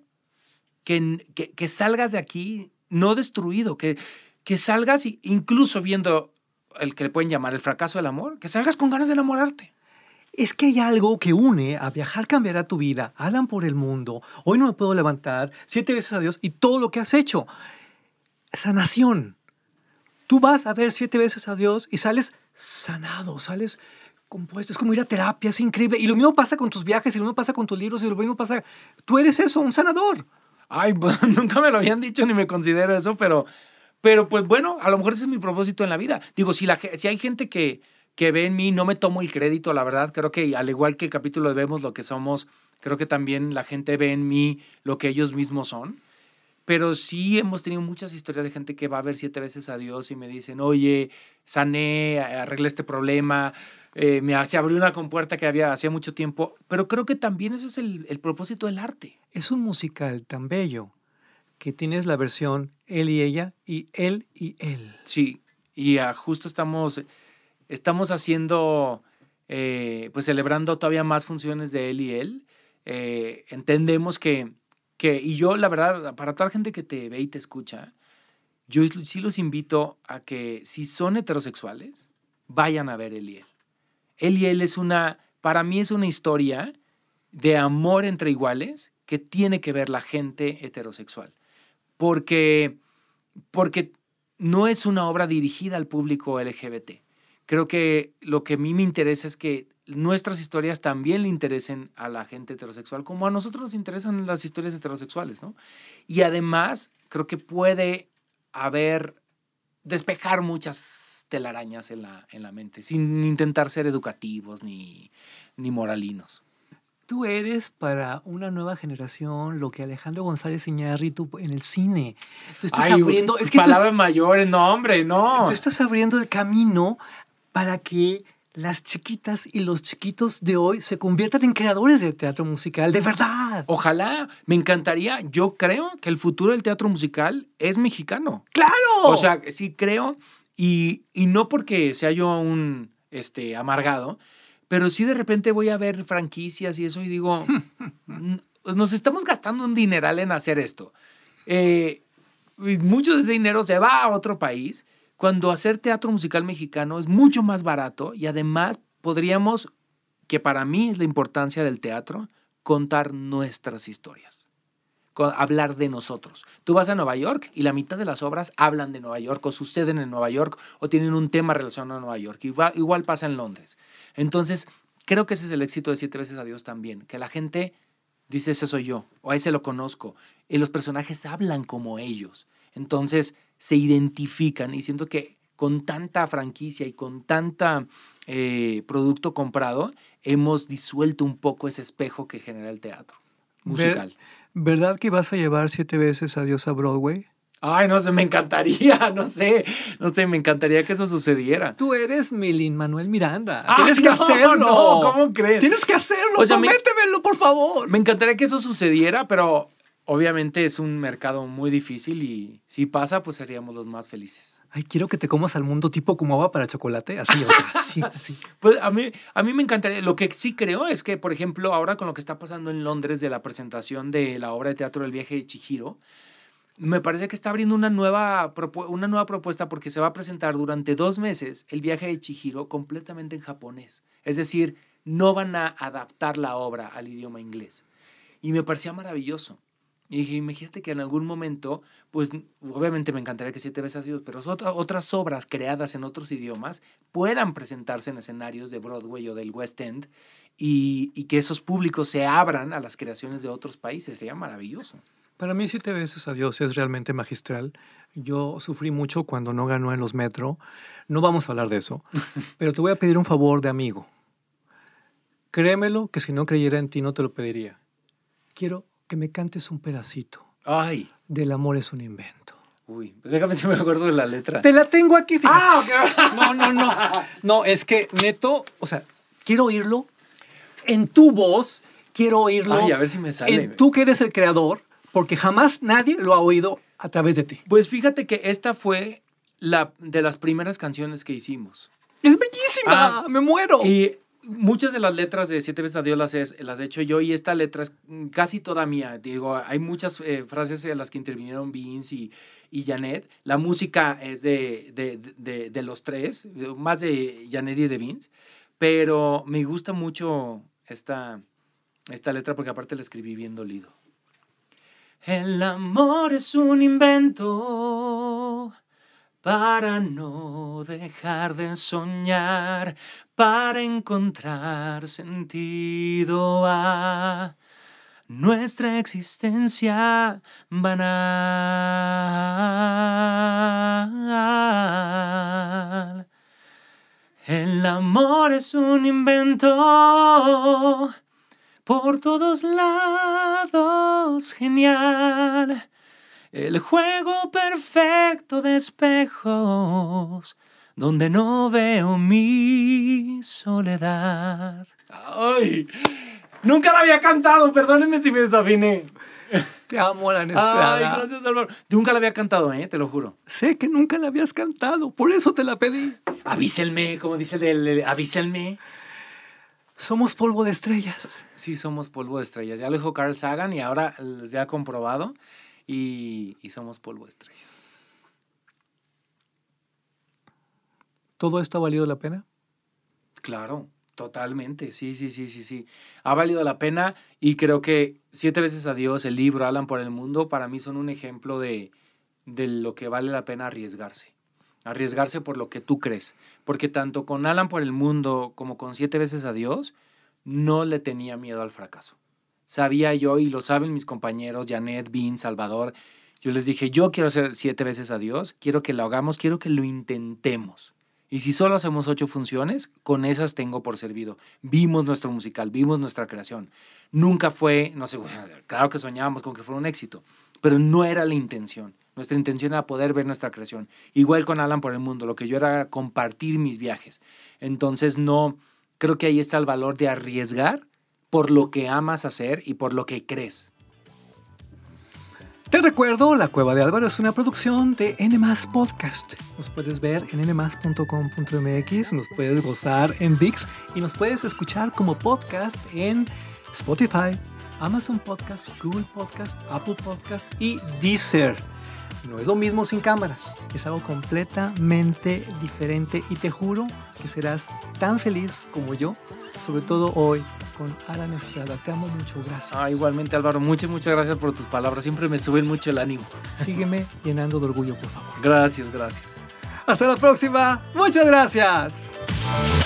salgas de aquí no destruido, que salgas incluso viendo el que le pueden llamar el fracaso del amor, que salgas con ganas de enamorarte. Es que hay algo que une a Viajar cambiará tu vida, Alan por el mundo, Hoy no me puedo levantar, 7 veces a Dios y todo lo que has hecho. Sanación. Tú vas a ver 7 veces a Dios y sales sanado, sales compuesto. Es como ir a terapia, es increíble. Y lo mismo pasa con tus viajes, y lo mismo pasa con tus libros, y lo mismo pasa... Tú eres eso, un sanador. Ay, pues, nunca me lo habían dicho ni me considero eso, pero pues bueno, a lo mejor ese es mi propósito en la vida. Digo, si hay gente que ve en mí, no me tomo el crédito, la verdad. Creo que al igual que el capítulo de Vemos lo que somos, creo que también la gente ve en mí lo que ellos mismos son. Pero sí hemos tenido muchas historias de gente que va a ver 7 veces a Dios y me dicen, oye, sané, arreglé este problema, se abrió una compuerta que hacía mucho tiempo. Pero creo que también eso es el propósito del arte. Es un musical tan bello que tienes la versión él y ella y él y él. Sí, y justo estamos haciendo, pues celebrando todavía más funciones de él y él. Entendemos y yo, la verdad, para toda la gente que te ve y te escucha, yo sí los invito a que si son heterosexuales, vayan a ver él y él. Él y él para mí es una historia de amor entre iguales que tiene que ver la gente heterosexual. Porque no es una obra dirigida al público LGBT. Creo que lo que a mí me interesa es que nuestras historias también le interesen a la gente heterosexual, como a nosotros nos interesan las historias heterosexuales, ¿no? Y además, creo que puede despejar muchas telarañas en la mente, sin intentar ser educativos ni moralinos. Tú eres para una nueva generación lo que Alejandro González Iñárritu en el cine. Tú estás abriendo... Es que palabras mayores, no, hombre, no. Tú estás abriendo el camino para que las chiquitas y los chiquitos de hoy se conviertan en creadores de teatro musical, de verdad. Ojalá, me encantaría. Yo creo que el futuro del teatro musical es mexicano. ¡Claro! O sea, sí creo, y no porque sea yo un amargado, pero sí de repente voy a ver franquicias y eso y digo, nos estamos gastando un dineral en hacer esto. Y mucho de ese dinero se va a otro país, cuando hacer teatro musical mexicano es mucho más barato y además podríamos, que para mí es la importancia del teatro, contar nuestras historias, hablar de nosotros. Tú vas a Nueva York y la mitad de las obras hablan de Nueva York o suceden en Nueva York o tienen un tema relacionado a Nueva York. Igual pasa en Londres. Entonces, creo que ese es el éxito de 7 veces a Dios también, que la gente dice, ese soy yo, o a ese lo conozco, y los personajes hablan como ellos. Entonces, se identifican y siento que con tanta franquicia y con tanta producto comprado, hemos disuelto un poco ese espejo que genera el teatro musical. ¿Verdad que vas a llevar 7 veces a Dios a Broadway? Ay, no sé, me encantaría, no sé, me encantaría que eso sucediera. Tú eres mi Lin-Manuel Miranda. Tienes que hacerlo. No, ¿cómo crees? Tienes que hacerlo, o sea, prométemelo, por favor. Me encantaría que eso sucediera, pero obviamente es un mercado muy difícil y si pasa, pues seríamos los más felices. Ay, quiero que te comas al mundo tipo como agua para chocolate, así, o sea, sí, así. Pues a mí me encantaría. Lo que sí creo es que, por ejemplo, ahora con lo que está pasando en Londres de la presentación de la obra de teatro del viaje de Chihiro, me parece que está abriendo una nueva propuesta porque se va a presentar durante 2 meses el viaje de Chihiro completamente en japonés. Es decir, no van a adaptar la obra al idioma inglés. Y me parecía maravilloso. Y dije, imagínate que en algún momento, pues obviamente me encantaría que 7 veces a Dios, pero otras obras creadas en otros idiomas puedan presentarse en escenarios de Broadway o del West End y que esos públicos se abran a las creaciones de otros países. Sería maravilloso. Para mí 7 veces a Dios es realmente magistral. Yo sufrí mucho cuando no ganó en los Metro. No vamos a hablar de eso, pero te voy a pedir un favor de amigo. Créemelo que si no creyera en ti no te lo pediría. Quiero que me cantes un pedacito. Ay. Del amor es un invento. Uy, pues déjame si me acuerdo de la letra. Te la tengo aquí, fíjate. Ah, ok. No. No, es que neto, o sea, quiero oírlo en tu voz, quiero oírlo. Ay, a ver si me sale. Tú que eres el creador, porque jamás nadie lo ha oído a través de ti. Pues fíjate que esta fue de las primeras canciones que hicimos. ¡Es bellísima! ¡Me muero! Y muchas de las letras de Siete veces a Dios las he hecho yo, y esta letra es casi toda mía. Digo, hay muchas frases en las que intervinieron Vince y Janet. La música es de los tres, más de Janet y de Vince, pero me gusta mucho esta letra porque aparte la escribí bien dolido. El amor es un invento para no dejar de soñar, para encontrar sentido a nuestra existencia banal. El amor es un invento por todos lados, genial. El juego perfecto de espejos, donde no veo mi soledad. ¡Ay! Nunca la había cantado, perdónenme si me desafiné. Te amo, Alan Estrada. Ay, gracias, Álvaro. Nunca la había cantado, te lo juro. Sé que nunca la habías cantado, por eso te la pedí. Avísenme, como dice avísenme. Somos polvo de estrellas. Sí, somos polvo de estrellas. Ya lo dijo Carl Sagan y ahora ya ha comprobado. Y somos polvo de estrellas. ¿Todo esto ha valido la pena? Claro, totalmente. Sí. Ha valido la pena, y creo que Siete veces a Dios, el libro, Alan por el mundo, para mí son un ejemplo de lo que vale la pena arriesgarse. Arriesgarse por lo que tú crees. Porque tanto con Alan por el mundo como con Siete veces a Dios, no le tenía miedo al fracaso. Sabía yo, y lo saben mis compañeros, Janet, Vince, Salvador. Yo les dije, yo quiero hacer 7 veces a Dios, quiero que lo hagamos, quiero que lo intentemos. Y si solo hacemos 8 funciones, con esas tengo por servido. Vimos nuestro musical, vimos nuestra creación. Nunca fue, no sé, claro que soñábamos con que fuera un éxito, pero no era la intención. Nuestra intención era poder ver nuestra creación. Igual con Alan por el mundo, lo que yo era compartir mis viajes. Entonces no, creo que ahí está el valor de arriesgar por lo que amas hacer y por lo que crees. Te recuerdo, La Cueva de Álvaro es una producción de N+ Podcast. Nos puedes ver en nmas.com.mx, nos puedes gozar en VIX y nos puedes escuchar como podcast en Spotify, Amazon Podcast, Google Podcast, Apple Podcast y Deezer. No es lo mismo sin cámaras, es algo completamente diferente y te juro que serás tan feliz como yo, sobre todo hoy con Alan Estrada. Te amo mucho, gracias. Igualmente, Álvaro, muchas gracias por tus palabras, siempre me suben mucho el ánimo. Sígueme llenando de orgullo, por favor. Gracias. Hasta la próxima, muchas gracias.